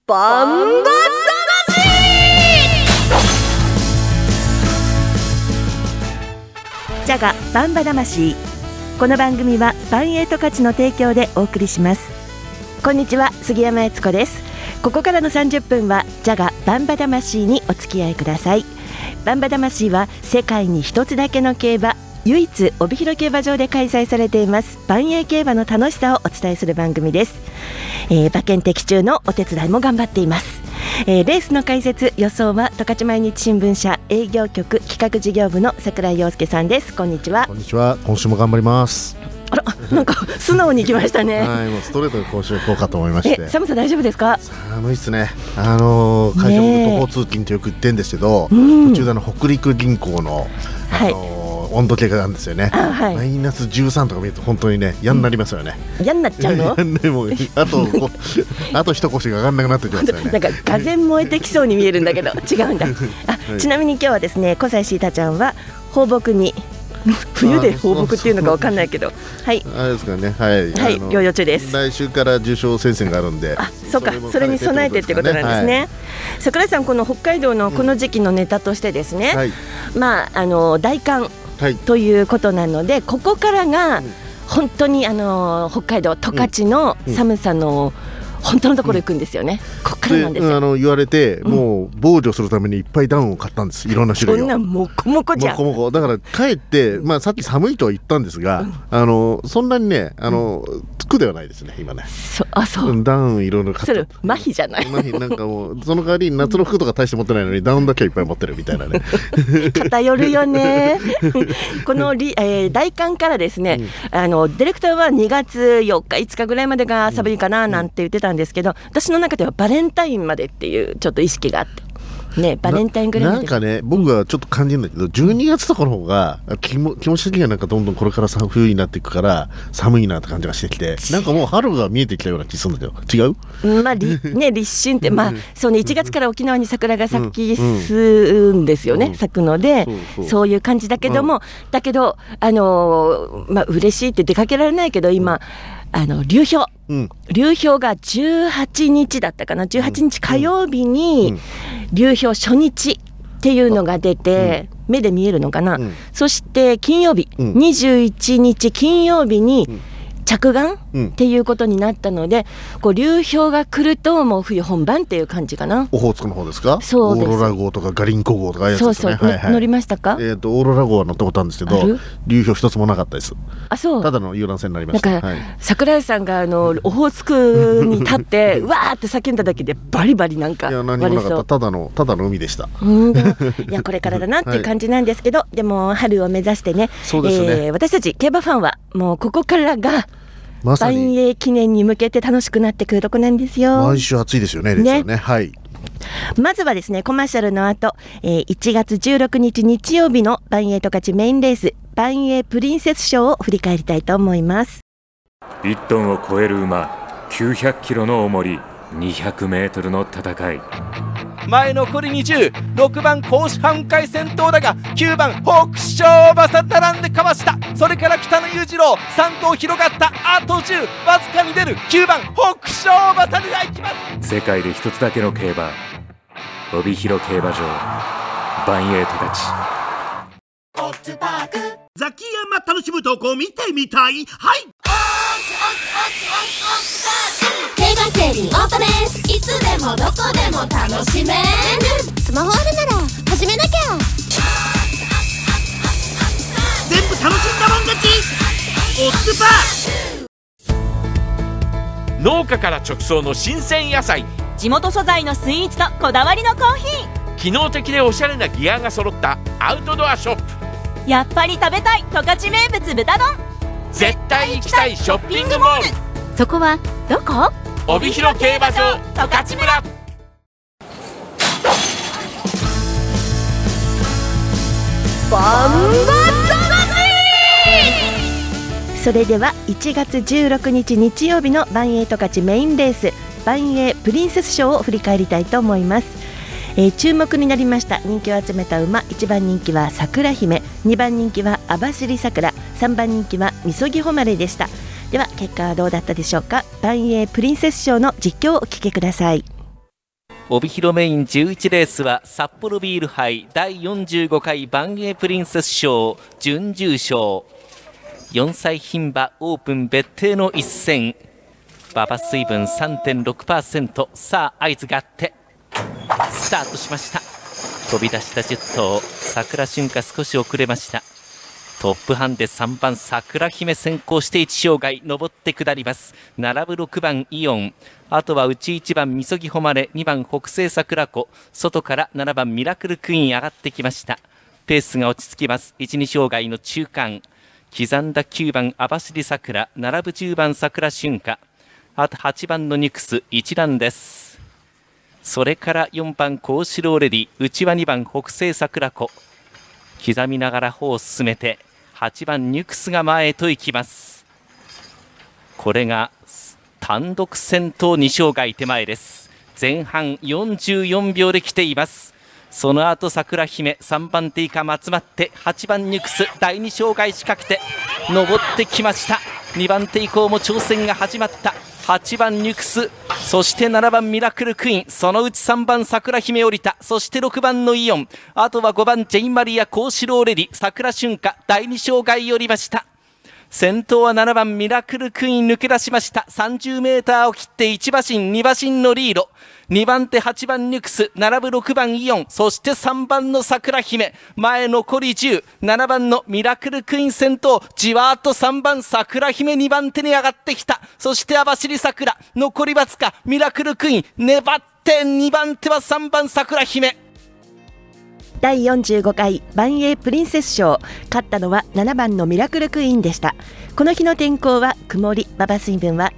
バンバ魂。 ジャガバンバ魂。この番組はバンエイト価値の提供でお送りします。こんにちは、杉山悦子です。ここからの30分はジャガバンバ魂にお付き合いください。バンバ魂は世界に一つだけの競馬、唯一帯広競馬場で開催されています万栄競馬の楽しさをお伝えする番組です。馬券的中のお手伝いも頑張っています。レースの解説予想は十勝毎日新聞社営業局企画事業部の櫻井陽介さんです。こんにちは。 こんにちは。今週も頑張ります。 あら、なんか素直に行きましたね。 はい、もうストレートで今週行こうかと思いまして。 寒さ大丈夫ですか？ 寒いっすね。会社も徒歩通勤とよく言ってるんですけど、途中で北陸銀行の、温度計があるんですよね。マイナス13とか見ると本当にね嫌になりますよね。 嫌になっちゃうの？ もうあと一腰が上がんなくなってきますよね。 なんかがぜ燃えてきそうに見えるんだけど違うんだ。ちなみに今日はですね、小西シータちゃんは放牧に冬で放牧っていうのか分かんないけど、はい、あれですかね、はい、療養中です。 来週から重賞戦線があるんで、 そうか、それに備えてっていうことなんですね。櫻井さん、この北海道のこの時期のネタとしてですね、大寒ということなので、ここからが本当に北海道十勝の寒さの本当のところ行くんですよね。こっからなんですよ。 言われて、もう防除するためにいっぱいダウンを買ったんです。いろんな種類を。 こんなもこもこじゃん。 もこもこだから帰って、さっき寒いとは言ったんですが、そんなにね苦ではないですね今ね。そうダウンいろいろ買った。それ麻痺じゃない？ 麻痺なんかもうその代わりに夏の服とか大して持ってないのにダウンだけはいっぱい持ってるみたいなね。 偏るよね。この大寒からですね、ディレクターは2月4日5日ぐらいまでが寒いかななんて言ってたんですけど、私の中ではバレンタインまでっていうちょっと意識があってね、バレンタインぐらいまでなんかね、僕はちょっと感じるんだけど、12月とかの方が気持ち的にはなんかどんどんこれから冬になっていくから寒いなって感じがしてきて、なんかもう春が見えてきたような気するんだけど、違う？ 立春ってその1月から沖縄に桜が咲きすんですよね、咲くので、そういう感じだけども、だけど嬉しいって出かけられないけど、今流氷が18日だったかな、18日火曜日に流氷初日っていうのが出て、目で見えるのかな、そして金曜日、21日金曜日に着岸っていうことになったので、こう流氷が来るともう冬本番っていう感じかな。 オホーツクの方ですか？ そうです。 オーロラ号とかガリンコ号とかああいうやつですね。 乗りましたか？ オーロラ号は乗ったことあるんですけど、流氷一つもなかったです。 そう。 ただの遊覧船になりました。 櫻井さんがオホーツクに立ってうわーって叫んだだけでバリバリなんか何もなかった。ただの海でした。 いやこれからだなっていう感じなんですけど、でも春を目指してね、私たち競馬ファンはもうここからが万栄記念に向けて楽しくなってくるとこなんですよ。 毎週暑いですよね。はい。 まずはですね、コマーシャルの後、1月16日日曜日の万栄十勝メインレース万栄プリンセス賞を振り返りたいと思います。 1トンを超える馬、900キロの重り、200メートルの戦い。 前残り20、6番甲子半回先頭だが、9番北勝馬佐並んでかわした。それから北野裕次郎、3頭広がった。あと10、わずかに出る9番北勝馬佐が行きます。 世界で一つだけの競馬、帯広競馬場万栄十勝。 ザキヤマ楽しむとこ見てみたい。はい、 競馬競輪オートレース、いつでもどこでも楽しめる。スマホあるなら始めなきゃ。 全部楽しんだもん勝ち。オッズパー。 農家から直送の新鮮野菜、 地元素材のスイーツとこだわりのコーヒー、 機能的でおしゃれなギアが揃ったアウトドアショップ。 やっぱり食べたい十勝名物豚丼。 絶対行きたいショッピングモール。 そこはどこ？ 帯広競馬場十勝村。 バンバ魂。 それでは1月16日日曜日の万栄十勝メインレース万栄プリンセス賞を振り返りたいと思います。注目になりました人気を集めた馬、1番人気は桜姫、2番人気は網走桜、3番人気はみそぎ誉れでした。では結果はどうだったでしょうか。万栄プリンセス賞の実況をお聞きください。 帯広メイン11レースは札幌ビール杯第45回万栄プリンセス賞準優勝、4歳牝馬オープン別邸の一戦、馬場水分 3.6%。 さあ合図があってスタートしました。飛び出した10頭、桜春夏少し遅れました。トップハンデ3番桜姫先行して1障害上って下ります。並ぶ6番イオン、あとは内1番みそぎ誉れ、2番北西桜子、外から7番ミラクルクイーン上がってきました。ペースが落ち着きます。 1,2 障害の中間、刻んだ9番網走桜、並ぶ10番桜春夏、あと8番のニュクス一覧です。それから4番コウシローレディ、内は2番北西桜子、刻みながら歩を進めて8番ニュクスが前へと行きます。これが単独先頭2障害手前です。前半44秒で来ています。その後桜姫3番手以下集まって8番ニュクス第2障害仕掛けて上ってきました。2番手以降も挑戦が始まった。8番ニュクス、そして7番ミラクルクイーン、そのうち3番桜姫降りた、そして6番のイオン、あとは5番ジェイマリアコウシローレディ、桜春夏第2障害降りました。先頭は7番ミラクルクイーン抜け出しました。30メーターを切って1馬身2馬身のリード、2番手8番ニュクス、並ぶ6番イオン、そして3番の桜姫、前残り10、7番のミラクルクイーン先頭、じわーっと3番桜姫2番手に上がってきた。そして網走桜残りわずか、ミラクルクイーン粘って2番手は3番桜姫。 第45回万栄プリンセス賞、勝ったのは7番のミラクルクイーンでした。この日の天候は曇り、馬場水分は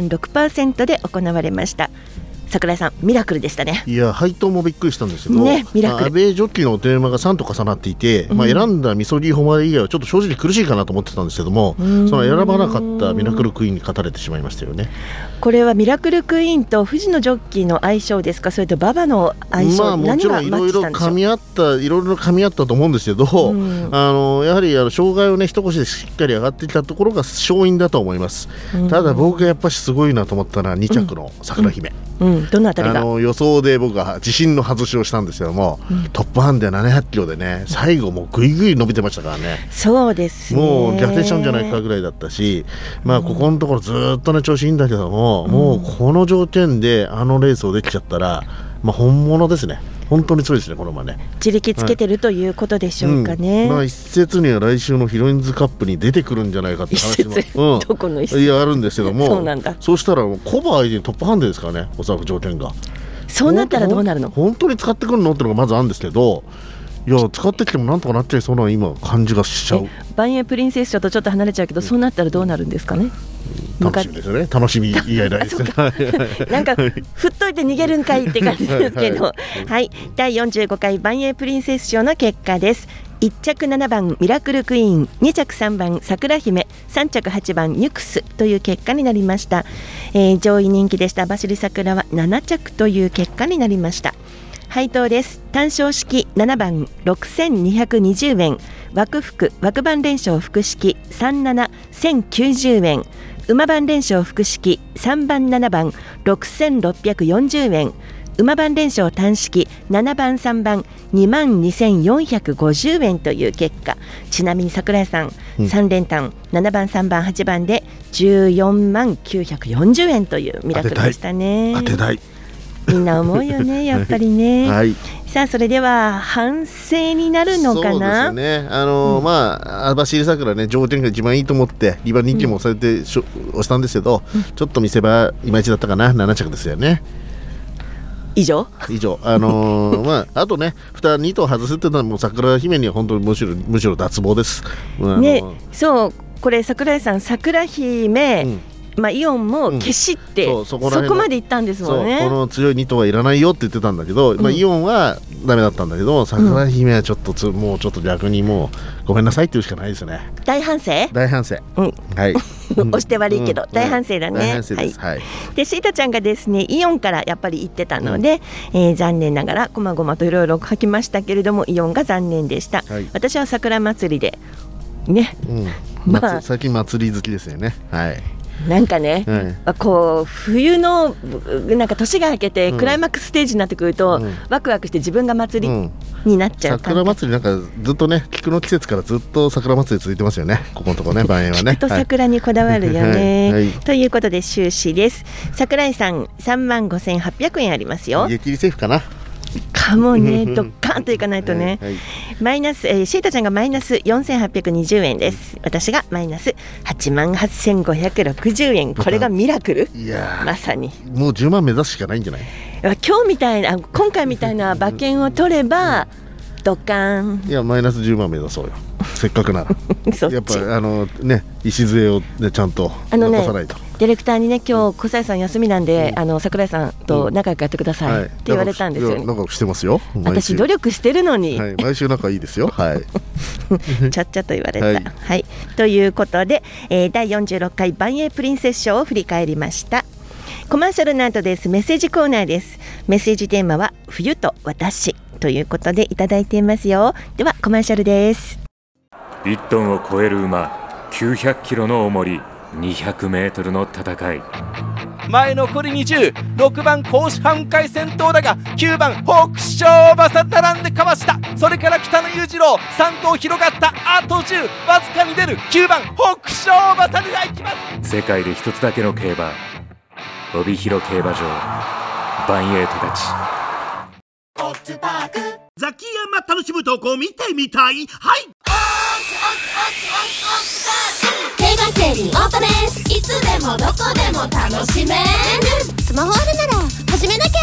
3.6% で行われました。桜井さん、ミラクルでしたね。 いや、配当もびっくりしたんですけど、 ね、ミラクル。 安倍ジョッキーのテーマが3と重なっていて、選んだみそぎ誉れ以外はちょっと正直苦しいかなと思ってたんですけども、その選ばなかったミラクルクイーンに勝たれてしまいましたよね。 これはミラクルクイーンと藤野ジョッキーの相性ですか、それと馬場の相性、 もちろんいろいろ噛み合ったと思うんですけど、やはり障害をね一腰でしっかり上がってきたところが勝因だと思います。ただ僕がやっぱりすごいなと思ったのは2着の桜姫、 どのあたりが予想で僕は自信の外しをしたんですけども、トップハンデ700キロでね、最後もうぐいぐい伸びてましたからね。 そうですね、 もう逆転しちゃうんじゃないかぐらいだったし、ここのところずっとね調子いいんだけども、もうこの条件でレースをできちゃったら、本物ですね。本当に強いですね、この馬ね。 自力つけてるということでしょうかね。 一説には来週のヒロインズカップに出てくるんじゃないかって話も、 どこの一説、いやあるんですけども、 そうなんだ。 そうしたらコバ相手にトップハンデですからね、おそらく条件が。 そうなったらどうなるの？ 本当に使ってくるのってのがまずあるんですけど、いや使ってきてもなんとかなっちゃいそうな今感じがしちゃう。 万栄プリンセス賞とちょっと離れちゃうけど、そうなったらどうなるんですかね。 楽しみですよね。楽しみ以外ないですね。 なんか振っといて逃げるんかいって感じですけどはい、第45回万栄プリンセス賞の結果です。1着7番ミラクルクイーン、2着3番桜姫、3着8番ニュクスという結果になりました。上位人気でした網走桜は7着という結果になりました。配当です。単勝式7番6220円、枠番連勝複式37 1090円、馬番連勝複式3番7番6640円、馬番連勝単式7番3番22,450円という結果。ちなみに桜井さん、3連単7番3番8番で14万940円というミラクルでしたね。 当てたいみんな思うよね、やっぱりね。 はい、 さあそれでは反省になるのかな。 そうですね、網走桜ね、条件が一番いいと思って2番人気もされて、押したんですけど、ちょっと見せ場いまいちだったかな。7着ですよね。以上あとね2頭外すってのはもう桜姫には本当にむしろ脱帽ですね。そうこれ桜井さん、桜姫、イオンも消しって、そこまでいったんですもんね。 この強い2頭はいらないよって言ってたんだけど、イオンはダメだったんだけど、桜姫はちょっと、もうちょっと逆にもうごめんなさいっていうしかないですね。 大反省、 はい押して悪いけど、大反省だね。 大反省です。 でシータちゃんがですね、イオンからやっぱり行ってたので、残念ながらこまごまといろいろ書きましたけれども、イオンが残念でした。私は桜祭りでね、 最近祭り好きですよね。はい。 なんかね、こう冬のなんか年が明けてクライマックスステージになってくると、ワクワクして自分が祭りになっちゃう。 桜祭りなんかずっとね、菊の季節からずっと桜祭り続いてますよね、ここのとこね、万円はね。 菊と桜にこだわるよね、ということで収支です。桜井さん35,800円ありますよ。 家切りセーフかなかもね、ドッカーンといかないとね。マイナス、シータちゃんがマイナス4,820円です。私がマイナス88,560円。これがミラクル。 いやまさにもう10万目指すしかないんじゃない。 今回みたいな馬券を取ればドッカーン。 いやマイナス10万目指そうよ、せっかくならやっぱね、礎を、ね、ちゃんと残さないと。 ディレクターにね、今日小西さん休みなんで、桜井さんと仲良くやってくださいって言われたんですよね。 仲良くしてますよ。 私努力してるのに、 毎週仲いいですよ。 ちゃっちゃと言われた。ということで、第46回万栄プリンセス賞を振り返りました。コマーシャルの後です。メッセージコーナーです。メッセージテーマは冬と私ということでいただいていますよ。ではコマーシャルです。 1トンを超える馬、900キロの重り、200メートルの戦い。 前残り20、6番甲子半回先頭だが9番北勝馬さ並んでかわした。それから北野裕次郎3頭広がった。あと10、わずかに出る9番北勝馬さでいきます。 世界で一つだけの競馬、帯広競馬場、万栄十勝。 ザキヤマ楽しむとこ見てみたい。はい、 競馬競輪オートレース、いつでもどこでも楽しめる。スマホあるなら始めなきゃ。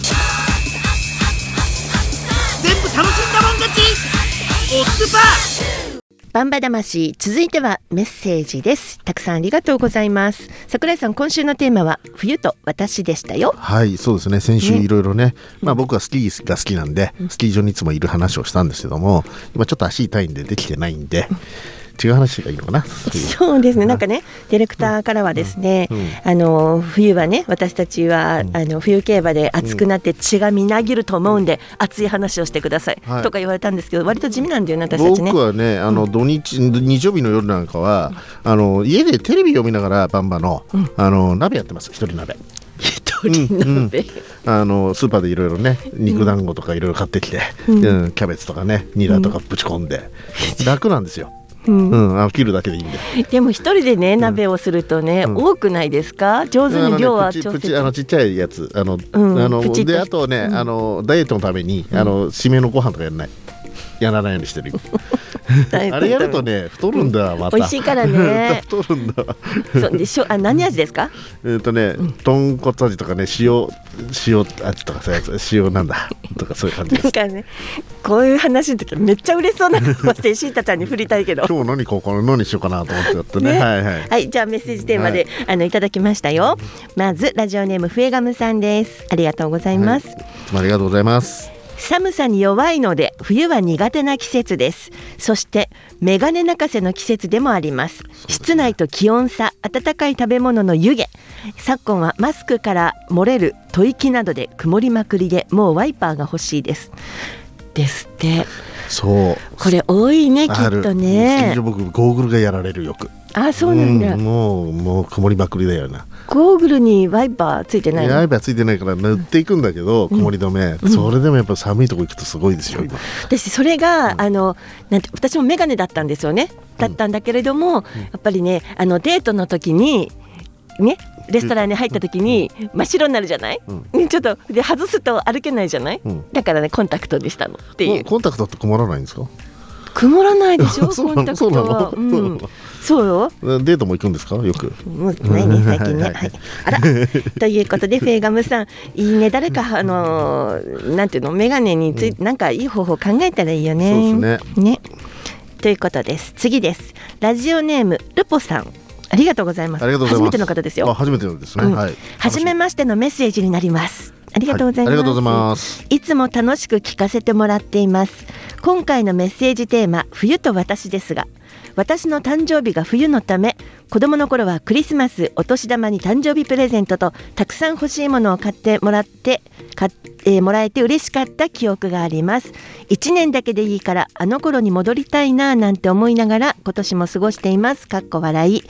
全部楽しんだもん勝ち。オッズパーバンバ魂、続いてはメッセージです。たくさんありがとうございます。桜井さん、今週のテーマは冬と私でしたよ。 はい、そうですね。先週いろいろね、僕はスキーが好きなんで、スキー場にいつもいる話をしたんですけども、今ちょっと足痛いんでできてないんで、違う話がいいのかな。 そうですね。なんかね、ディレクターからはですね、冬はね、私たちは冬競馬で暑くなって血がみなぎると思うんで、熱い話をしてください、とか言われたんですけど、割と地味なんだよね、私たちね。 僕はね、日曜日の夜なんかは家でテレビを見ながらバンバの、鍋やってます。一人鍋。 一人鍋、 スーパーでいろいろね、肉団子とかいろいろ買ってきて、キャベツとかね、ニラとかぶち込んで、楽なんですよ。切るだけでいいんで。 でも一人でね、鍋をするとね、多くないですか。上手に量は調節。 ちっちゃいやつ、であとね、ダイエットのために締めのご飯とかやらないようにしてる。あれやるとね、太るんだ。また美味しいからね。 太るんだ。 そうでしょ。何味ですか。 豚骨味とかね、塩味とか、そういうやつ、塩なんだとか、そういう感じです。 なんかね、こういう話の時めっちゃ嬉しそうな顔してシータちゃんに振りたいけど、 今日何しようかなと思ってやってね。 はい、じゃあメッセージテーマで、いただきましたよ。まずラジオネーム笛ガムさんです。ありがとうございます。 ありがとうございます。 寒さに弱いので冬は苦手な季節です。そしてメガネ泣かせの季節でもあります。室内と気温差、温かい食べ物の湯気、昨今はマスクから漏れる吐息などで曇りまくりで、もうワイパーが欲しいですって。 そう、 これ多いね、きっとね。 僕ゴーグルがやられるよく。 あ、そうなんだ。 もう曇りまくりだよな。 ゴーグルにワイパーついてないの？ ワイパーついてないから塗っていくんだけど、曇り止め、それでもやっぱ寒いとこ行くとすごいですよ今。 私それが私もメガネだったんですよね。だったんだけれども、やっぱりね、デートの時にね、レストランに入った時に真っ白になるじゃない、ちょっとで外すと歩けないじゃない、だからね、コンタクトにしたのっていう。 コンタクトって曇らないんですか？ 曇らないでしょコンタクトは。そうよ。 デートも行くんですか？よく。 もうないね、最近ね。あらということで、フェイガムさん、いいね。誰かなんていうの、メガネについてなんかいい方法考えたらいいよね。 そうですね。 ということです。次です。ラジオネームルポさん、ありがとうございます。初めての方ですよ。 初めてのですね。 初めましてのメッセージになります。ありがとうございます。 ありがとうございます。 いつも楽しく聞かせてもらっています。今回のメッセージテーマ、冬と私ですが、私の誕生日が冬のため、子供の頃はクリスマス、お年玉に誕生日プレゼントとたくさん欲しいものを買ってもらえて嬉しかった記憶があります。1年だけでいいからあの頃に戻りたいななんて思いながら今年も過ごしています。かっこ笑い。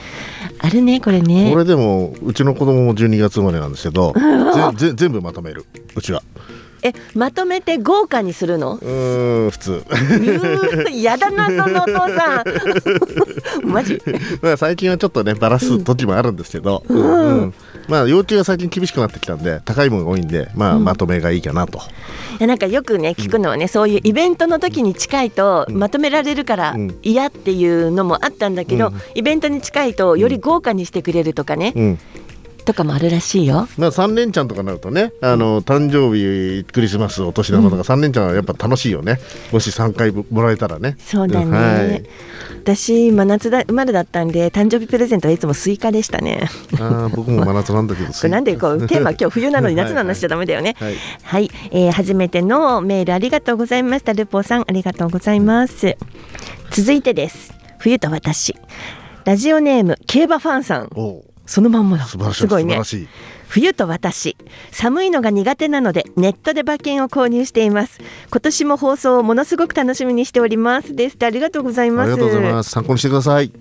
あるねこれね。 これでもうちの子供も12月生まれなんですけど、全部まとめるうちは。 まとめて豪華にするの？ 普通。 やだなそのお父さん。マジ？ まあ最近はちょっとねバラす時もあるんですけど、まあ要求が最近厳しくなってきたんで高いものが多いんで、まとめがいいかなと。 いやなんかよくね聞くのはね、そういうイベントの時に近いとまとめられるから嫌っていうのもあったんだけど、イベントに近いとより豪華にしてくれるとかね。とかもあるらしいよ。 3連チャンとかになるとね、誕生日クリスマスお年玉とか3連チャンはやっぱ楽しいよね。もし3回もらえたらね。 そうだね、私真夏生まれだったんで誕生日プレゼントはいつもスイカでしたね。 僕も真夏なんだけどこれなんでこうテーマ今日冬なのに夏の話しちゃダメだよね。はい、初めてのメールありがとうございました。ルポさんありがとうございます。続いてです。冬と私、ラジオネーム競馬ファンさん。そのまんまだ。すごいね。冬と私、寒いのが苦手なのでネットで馬券を購入しています。今年も放送をものすごく楽しみにしておりますです。ありがとうございます。 ありがとうございます。参考にしてください。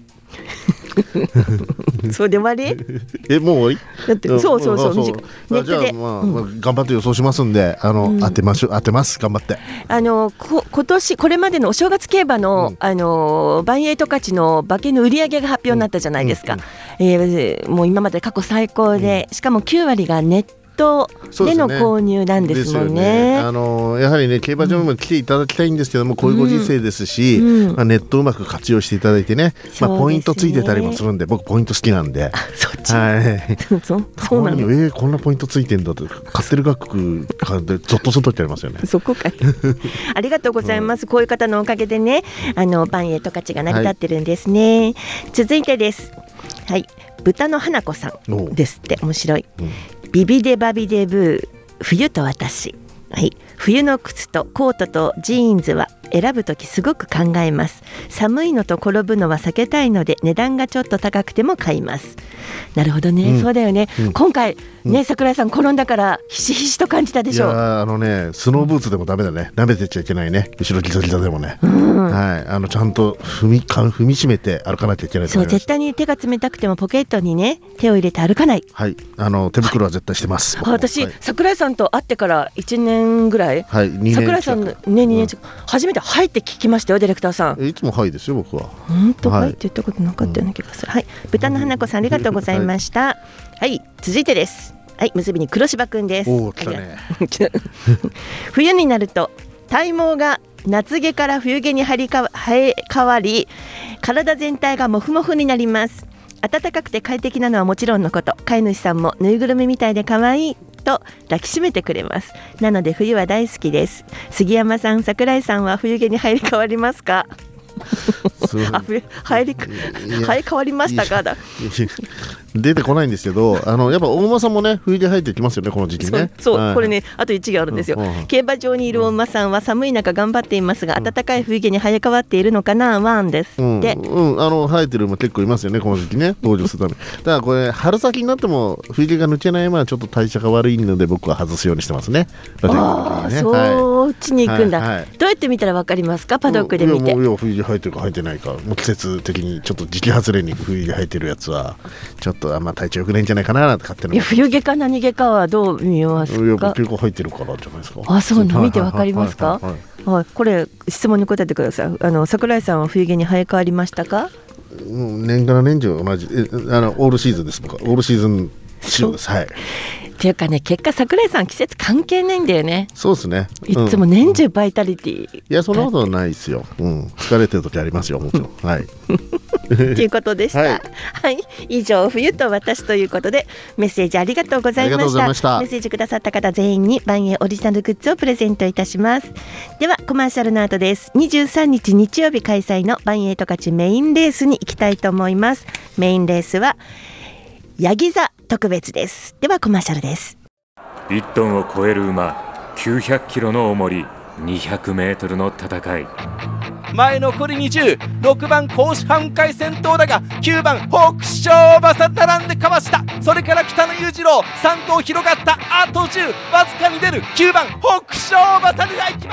それで終わり？ もう終わり？だってそうじゃあ頑張って予想しますんで、当てます。頑張って。 今年これまでのお正月競馬のバンエイト勝ちの馬券の売り上げが発表になったじゃないですか。もう今まで過去最高で、しかも9割がネットでの購入なんですもんね。 やはりね競馬場にも来ていただきたいんですけども、こういうご時世ですし、ネットをうまく活用していただいてね、ポイントついてたりもするんで、僕ポイント好きなんで。 そっち。 そうなの。こんなポイントついてんだと買ってる額からでゾッとする時ありますよね。 そこかい。ありがとうございます。こういう方のおかげでね、バンエイト価値が成り立ってるんですね。続いてです。はい、豚の花子さんですって。面白い。ビビデバビデブー、冬と私。はい、冬の靴とコートとジーンズは選ぶときすごく考えます。寒いのと転ぶのは避けたいので値段がちょっと高くても買います。なるほどね、そうだよね、今回ね、桜井さん転んだからひしひしと感じたでしょう。 いやスノーブーツでもダメだね。舐めてっちゃいけないね。後ろギザギザでもね、はい、ちゃんと踏みしめて歩かなきゃいけないと思います。 そう、絶対に手が冷たくてもポケットにね手を入れて歩かない。 はい、手袋は絶対してます。 私、桜井さんと会ってから1年ぐらい、桜井さんの2年初めてはいって聞きましたよ、ディレクターさん。 いつもはいですよ僕は。 本当はいって言ったことなかったような気がする。はい、豚の花子さんありがとうございました。はい、続いてです。はい、結びに黒柴くんです。 おー、来たね。 冬になると体毛が夏毛から冬毛に生え変わり、体全体がモフモフになります。暖かくて快適なのはもちろんのこと、飼い主さんもぬいぐるみみたいで可愛いと抱きしめてくれます。なので冬は大好きです。杉山さん、桜井さんは冬毛に入り変わりますか？生え変わりましたかだ。 出てこないんですけど、やっぱ大馬さんもね冬毛生えてきますよね、この時期ね。 そう、これね、あと1行あるんですよ。競馬場にいる大馬さんは寒い中頑張っていますが、暖かい冬毛に生え変わっているのかな、ワンですって。 生えてるのも結構いますよね、この時期ね、登場するため。だからこれ春先になっても冬毛が抜けない、ちょっと代謝が悪いので僕は外すようにしてますね。 そっちに行くんだ。どうやって見たらわかりますか、パドックで見て。 冬毛生えてるか生えてないか、もう季節的にちょっと時期外れに冬毛生えてるやつはちょっと体調良くないんじゃないかなって勝手に。 冬毛か何毛かはどう見ますか？ 結構入ってるからじゃないですか。 あ、そうなの、見てわかりますか？これ質問に答えてください。桜井さんは冬毛に生え変わりましたか？ 年がら年中同じ、オールシーズンです。僕はオールシーズン仕様です。はい。 っていうかね、結果桜井さん季節関係ないんだよね。 そうですね、 いつも年中バイタリティ、 いやそんなことないですよ、疲れてる時ありますよ、もちろん。はいということでした。はい、以上冬と私ということで、メッセージありがとうございました。メッセージくださった方全員にバンエイオリジナルグッズをプレゼントいたします。ではコマーシャルの後です。23日日曜日開催のバンエイト勝ちメインレースに行きたいと思います。メインレースはヤギ座特別です。ではコマーシャルです。 1トンを超える馬、900キロの重り、200メートルの戦い。 前残り20、6番甲子半回先頭だが9番北勝馬さ並んでかわした。それから北野裕次郎3頭広がった。あと10、わずかに出る9番北勝馬さがいきます。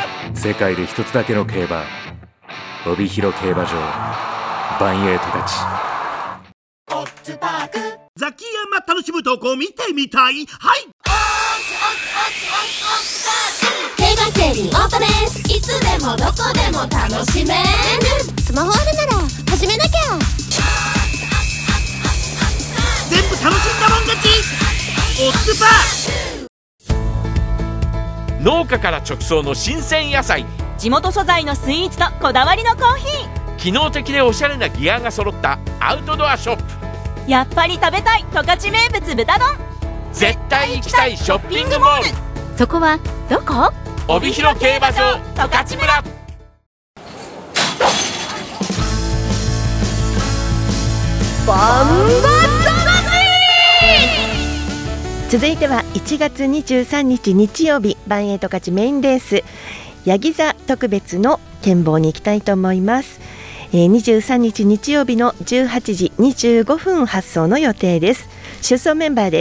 世界で一つだけの競馬、帯広競馬場バンエイト勝ち。 ツパーク。ザキヤマ楽しむとこ見てみたい。はい。 手がけにオートです。いつでもどこでも楽しめる。スマホあるなら始めなきゃ。 全部楽しんだもん勝ち。オッズパー。 農家から直送の新鮮野菜、 地元素材のスイーツとこだわりのコーヒー。 機能的でおしゃれなギアが揃ったアウトドアショップ。 やっぱり食べたい十勝名物豚丼。 絶対行きたいショッピングモール。 そこはどこ？ 帯広競馬場十勝村。 バンバ続いては1月23日日曜日、バンエイト勝ちメインレースヤギ座特別の展望に行きたいと思います。23日日曜日の18時25分発送の予定です。出走メンバーです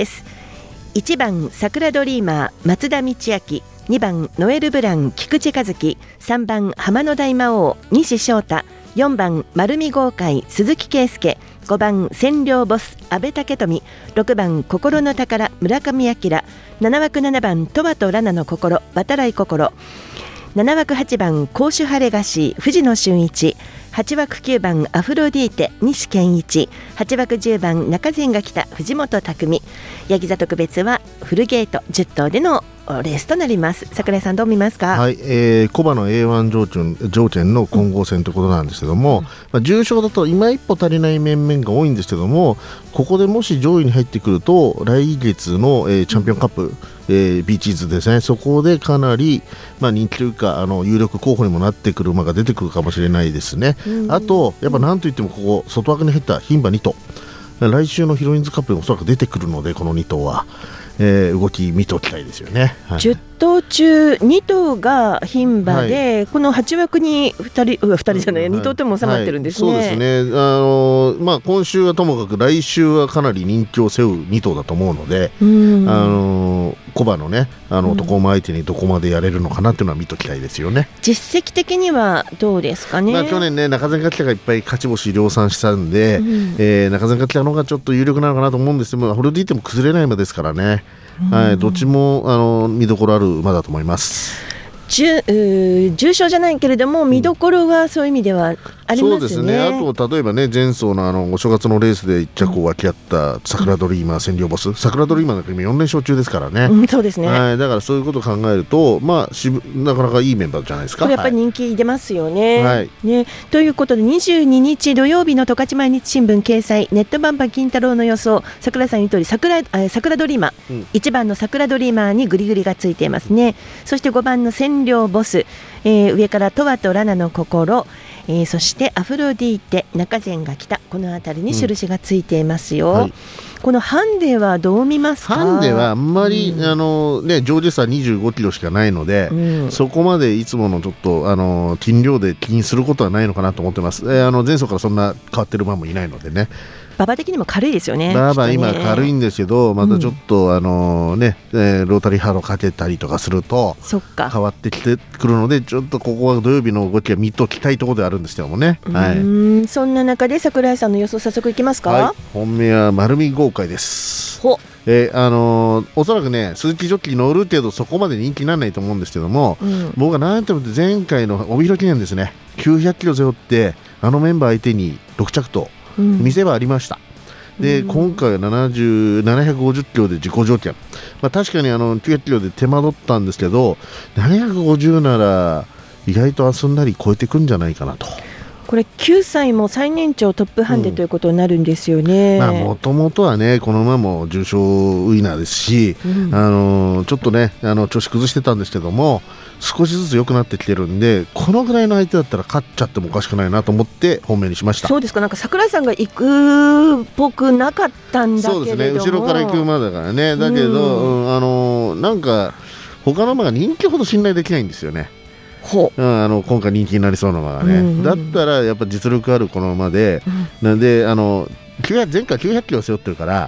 。1番桜ドリーマー松田道明、2番ノエルブラン菊池和樹、3番浜野大魔王西翔太、4番丸見豪快鈴木圭介、5番千両ボス阿部武富、6番心の宝村上彰、7枠7番トマトラナの心渡来心、7枠8番甲州ハレガシー藤野俊一、8枠9番アフロディーテ西健一、8枠10番中前が来た藤本匠。ヤギ座特別はフルゲート10頭でのレースとなります。櫻井さんどう見ますか？ はい、コバの A1 上チェンの混合戦ということなんですけども、重賞だと今一歩足りない面々が多いんですけども、ここでもし上位に入ってくると来月の、チャンピオンカップ、ビーチーズですね、そこでかなり、人気というか有力候補にもなってくる馬が出てくるかもしれないですね。あとやっぱなんといってもここ外枠に入った牝馬2頭、来週のヒロインズカップでもおそらく出てくるので、この2頭は、動き見ておきたいですよね。はい、 10頭中2頭が牝馬で、この8枠に2人じゃない、2頭とも収まってるんですね。 そうですね。今週はともかく来週はかなり人気を背負う2頭だと思うので、コバのね男馬相手にどこまでやれるのかなっていうのは見ときたいですよね。 実績的にはどうですかね。 去年ね中前が来たがいっぱい勝ち星量産したんで、中前が来たのがちょっと有力なのかなと思うんですけど、ホルディーテも崩れない馬ですからね。はい、どっちも見どころある馬だと思います。 重賞じゃないけれども見どころはそういう意味ではありますね。 そうですね。あと例えばね、前走のお正月のレースで1着を分け合った桜ドリーマー千両ボス、桜ドリーマーなんか今4連勝中ですからね。 そうですね。 はい、だからそういうことを考えると、なかなかいいメンバーじゃないですか。 これやっぱり人気出ますよね。 はいね、ということで22日土曜日の十勝毎日新聞掲載ネットバンバン金太郎の予想、桜井さん言う通り桜ドリーマー、1番の桜ドリーマーにグリグリがついていますね。そして5番の千両ボス、上からトワとラナの心、そしてアフロディーテ中前が来た、この辺りに印がついていますよ。はい、このハンデはどう見ますか？ ハンデはあんまり、上下差25キロしかないので、そこまでいつものちょっと斤量で気にすることはないのかなと思ってます。前走からそんな変わってる馬もいないのでね。 馬場的にも軽いですよね。 馬場今軽いんですけど、またちょっと、ロータリーハードかけたりとかすると変わってきてくるので、ちょっとここは土曜日の動きは見ときたいところであるんですけどもね。はい、 そんな中で櫻井さんの予想早速いきますか？ はい、本命は丸見豪快です。おそらくね鈴木ジョッキー乗る程度そこまで人気にならないと思うんですけども、僕は何とも前回の帯広記念ですね、900キロ背負ってメンバー相手に6着と見せ場ありました。で今回は750キロで自己条件、確かに900キロで手間取ったんですけど、750なら意外とすんなり超えてくんじゃないかなと。 これ9歳も最年長トップハンデということになるんですよね。 もともとはねこの馬も重賞ウィナーですし、ちょっとね調子崩してたんですけども少しずつ良くなってきてるんで、このぐらいの相手だったら勝っちゃってもおかしくないなと思って本命にしました。 そうですか。なんか櫻井さんが行くっぽくなかったんだけれども。 そうですね、後ろから行く馬だからね。だけど、なんか他の馬が人気ほど信頼できないんですよね。今回人気になりそうな馬がね、だったらやっぱ実力あるこの馬で、なんで前回900キロ背負ってるから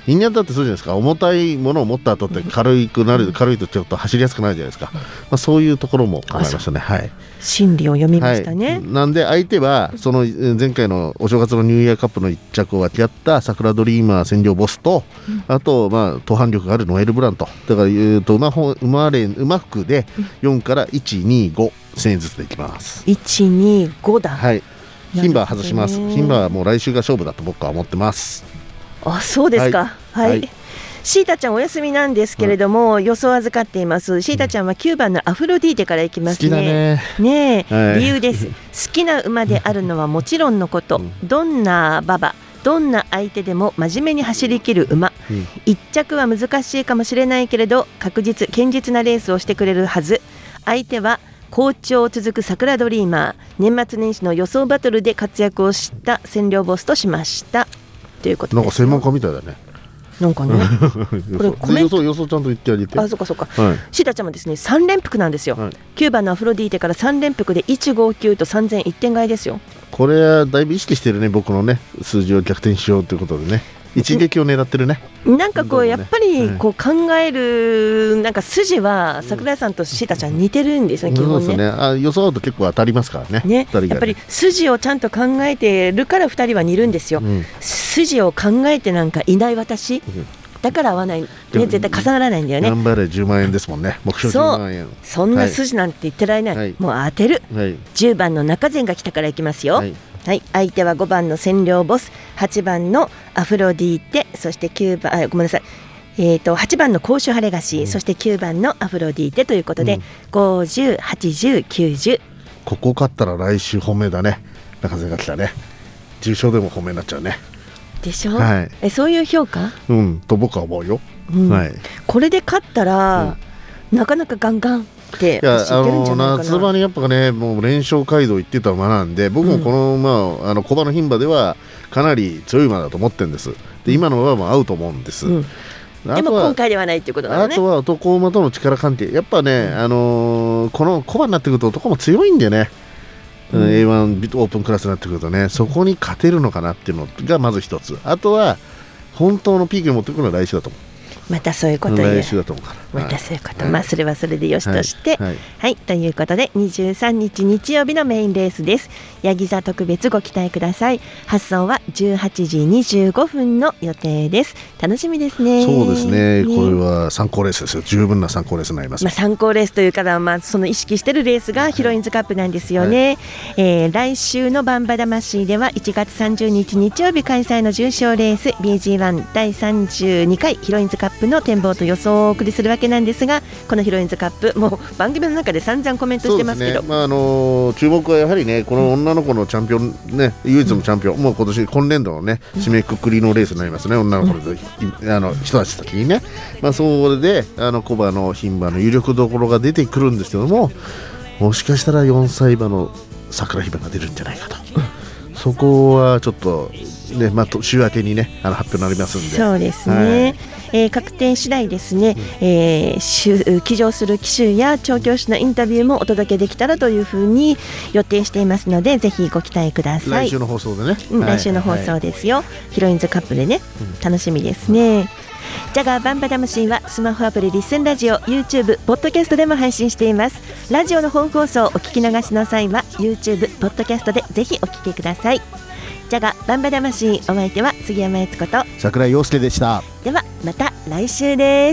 人間だってそうじゃないですか。重たいものを持った後って軽くなる、軽いとちょっと走りやすくなるじゃないですか。そういうところも考えましたね。はい。 心理を読みましたね。 なんで相手はその前回のお正月のニューイヤーカップの1着を分け合った桜ドリーマー占領ボスと、あと登坂力があるノエルブラントだから馬服で4から1、2、5、1000円ずつでいきます。 1、2、5だ。 はい。牝馬は外します。牝馬はもう来週が勝負だと僕は思ってます。 あ、そうですか。はい。シータちゃんお休みなんですけれども、予想預かっています。シータちゃんは9番のアフロディーテからいきますね。 好きだね。 ねえ、理由です。好きな馬であるのはもちろんのこと、どんな馬場、どんな相手でも真面目に走り切る馬、1着は難しいかもしれないけれど堅実なレースをしてくれるはず。相手は好調続く桜ドリーマー、年末年始の予想バトルで活躍をした占領ボスとしましたということです。 なんか専門家みたいだね。 なんかねこれコメント予想ちゃんと言ってあげて。 あ、そうかそうか、シータちゃんもですね3連複なんですよ、9番のアフロディーテから3連複で159と3000、1点買いですよ。 これはだいぶ意識してるね、僕のね数字を逆転しようということでね、一撃を狙ってるね。 なんかこうやっぱりこう考えるなんか筋は桜井さんとシータちゃん似てるんですね、基本ね。 そうですね。予想だと結構当たりますからね。 やっぱり筋をちゃんと考えてるから2人は似るんですよ。筋を考えてなんかいない私、だから合わない、ね、絶対重ならないんだよね。 頑張れ10万円ですもんね。目標10万円。 そんな筋なんて言ってられない、もう当てる、10番の中前が来たからいきますよ。相手は5番の占領ボス、8番のアフロディーテ、そして9番ごめんなさい、8番の甲州ハレガシ、そして9番のアフロディーテということで、50、80、90。 ここ勝ったら来週本命だね。中前が来たね。重賞でも本命になっちゃうね。 でしょ、そういう評価、 と僕は思うよ。 これで勝ったら、なかなかガンガンって夏場にやっぱね、もう連勝街道行ってた馬なんで、僕もこの馬、小馬の牝馬ではかなり強い馬だと思ってるんです。で今の馬も合うと思うんです。 でも今回ではないっていうことなのね。 あとは男馬との力関係、やっぱね、この小馬になってくると男も強いんでね、A1 オープンクラスになってくるとね、そこに勝てるのかなっていうのがまず一つ。あとは本当のピークに持ってくるのは来週だと思う。 またそういうこと言う。 来週だと思うから。 またそういうこと、それはそれでよしとして、ということで23日日曜日のメインレースです。ヤギ座特別ご期待ください。発送は18時25分の予定です。楽しみですね。 そうですね。これは参考レースですよ。十分な参考レースになります。 参考レースというから、その意識してるレースがヒロインズカップなんですよね。来週のバンバ魂では1月30日日曜日開催の重賞レース BG1 第32回ヒロインズカップの展望と予想をお送りするわけなんですが、このヒロインズカップもう番組の中で散々コメントしてますけど、 注目はやはりね、この女の子のチャンピオンね、唯一のチャンピオン、もう今年度のね締めくくりのレースになりますね。女の子の人たち先にね、それで小馬の牝馬の有力どころが出てくるんですけども、もしかしたら4歳馬の桜牝馬が出るんじゃないかと、そこはちょっとね、週明けにね発表になりますんで。 そうですね、確定次第ですね、騎乗する騎手や調教師のインタビューもお届けできたらというふうに予定していますので、ぜひご期待ください。 来週の放送でね、 来週の放送ですよ、ヒロインズカップでね、楽しみですね。ジャガーバンバ魂はスマホアプリリッスンラジオ、 YouTube、ポッドキャストでも配信しています。ラジオの本放送をお聞き逃しの際は YouTube、ポッドキャストでぜひお聞きください。ジャガバンバ魂、お相手は杉山悦子と桜井陽介でした。 ではまた来週です。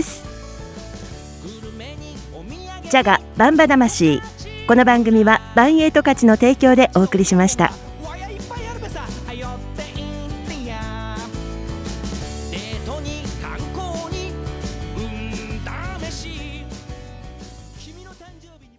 ジャガバンバ魂、この番組はバンエイト勝ちの提供でお送りしました。君の誕生日に